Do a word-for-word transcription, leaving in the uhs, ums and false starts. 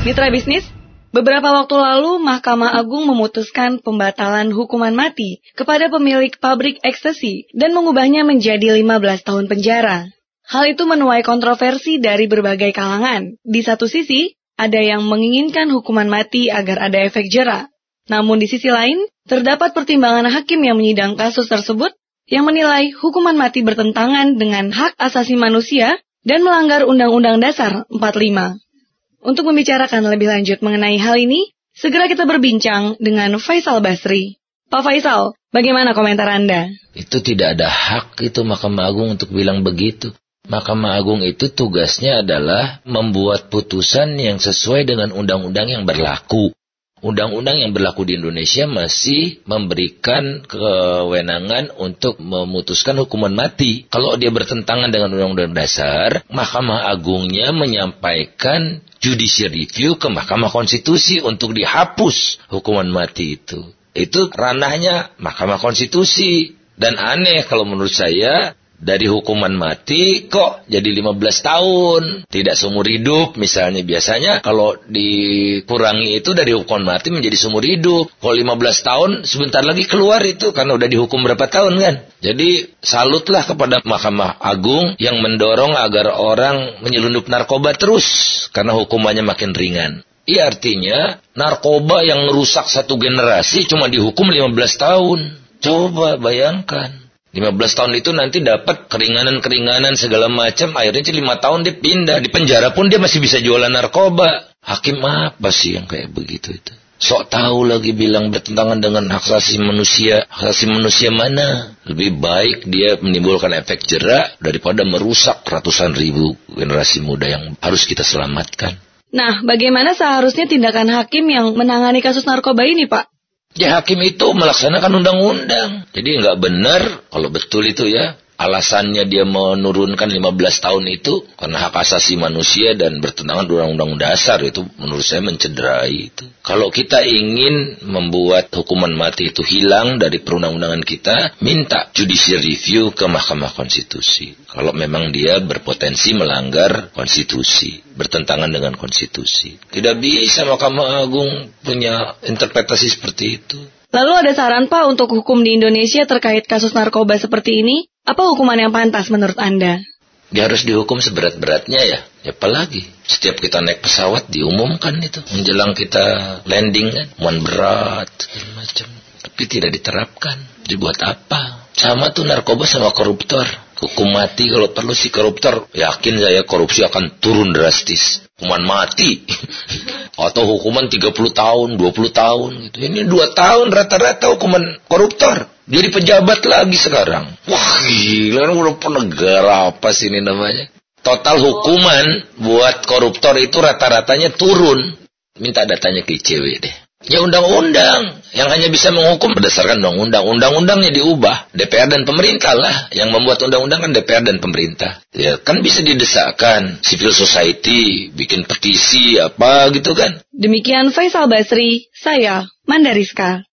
Mitra bisnis, beberapa waktu lalu Mahkamah Agung memutuskan pembatalan hukuman mati kepada pemilik pabrik ekstasi dan mengubahnya menjadi lima belas tahun penjara. Hal itu menuai kontroversi dari berbagai kalangan. Di satu sisi, ada yang menginginkan hukuman mati agar ada efek jera. Namun di sisi lain, terdapat pertimbangan hakim yang menyidang kasus tersebut yang menilai hukuman mati bertentangan dengan hak asasi manusia dan melanggar Undang-Undang Dasar empat puluh lima. Untuk membicarakan lebih lanjut mengenai hal ini, segera kita berbincang dengan Faisal Basri. Pak Faisal, bagaimana komentar Anda? Itu tidak ada hak itu Mahkamah Agung untuk bilang begitu. Mahkamah Agung itu tugasnya adalah membuat putusan yang sesuai dengan undang-undang yang berlaku. Undang-undang yang berlaku di Indonesia masih memberikan kewenangan untuk memutuskan hukuman mati. Kalau dia bertentangan dengan Undang-Undang Dasar, Mahkamah Agungnya menyampaikan judicial review ke Mahkamah Konstitusi untuk dihapus hukuman mati itu. Itu ranahnya Mahkamah Konstitusi. Dan aneh kalau menurut saya, dari hukuman mati kok jadi lima belas tahun. Tidak seumur hidup misalnya. Biasanya kalau dikurangi itu dari hukuman mati menjadi seumur hidup. Kalau lima belas tahun sebentar lagi keluar itu karena udah dihukum berapa tahun kan. Jadi salutlah kepada Mahkamah Agung yang mendorong agar orang menyelundup narkoba terus karena hukumannya makin ringan. Iya, artinya narkoba yang merusak satu generasi cuma dihukum lima belas tahun. Coba bayangkan. lima belas tahun itu nanti dapat keringanan-keringanan segala macam, akhirnya lima tahun dia pindah. Di penjara pun dia masih bisa jualan narkoba. Hakim apa sih yang kayak begitu itu? Sok tahu lagi bilang bertentangan dengan hak asasi manusia. Hak asasi manusia mana? Lebih baik dia menimbulkan efek jera daripada merusak ratusan ribu generasi muda yang harus kita selamatkan. Nah, bagaimana seharusnya tindakan hakim yang menangani kasus narkoba ini, Pak? Ya, hakim itu melaksanakan undang-undang. Jadi nggak benar kalau betul itu ya. Alasannya dia menurunkan lima belas tahun itu karena hak asasi manusia dan bertentangan dengan Undang-Undang Dasar. Itu menurut saya mencederai itu. Kalau kita ingin membuat hukuman mati itu hilang dari perundang-undangan kita, minta judicial review ke Mahkamah Konstitusi. Kalau memang dia berpotensi melanggar konstitusi, bertentangan dengan konstitusi. Tidak bisa Mahkamah Agung punya interpretasi seperti itu. Lalu ada saran Pak untuk hukum di Indonesia terkait kasus narkoba seperti ini? Apa hukuman yang pantas menurut Anda? Dia harus dihukum seberat-beratnya ya. Ya apalagi, setiap kita naik pesawat diumumkan itu. Menjelang kita landing kan, hukuman berat, segala macam. Tapi tidak diterapkan. Dibuat apa? Sama tuh narkoba sama koruptor. Hukum mati kalau perlu si koruptor. Yakin saya korupsi akan turun drastis. Hukuman mati. Atau hukuman tiga puluh tahun, dua puluh tahun gitu. Ini dua tahun rata-rata hukuman koruptor. Jadi pejabat lagi sekarang. Wah gila, udah penegara apa sih ini namanya. Total hukuman buat koruptor itu rata-ratanya turun. Minta datanya ke I C W deh. Ya undang-undang yang hanya bisa menghukum berdasarkan undang-undang. Undang-undangnya diubah. D P R dan pemerintah lah. Yang membuat undang-undang kan D P R dan pemerintah. Ya kan bisa didesakkan. Civil society, bikin petisi apa gitu kan. Demikian Faisal Basri, saya Mandariska.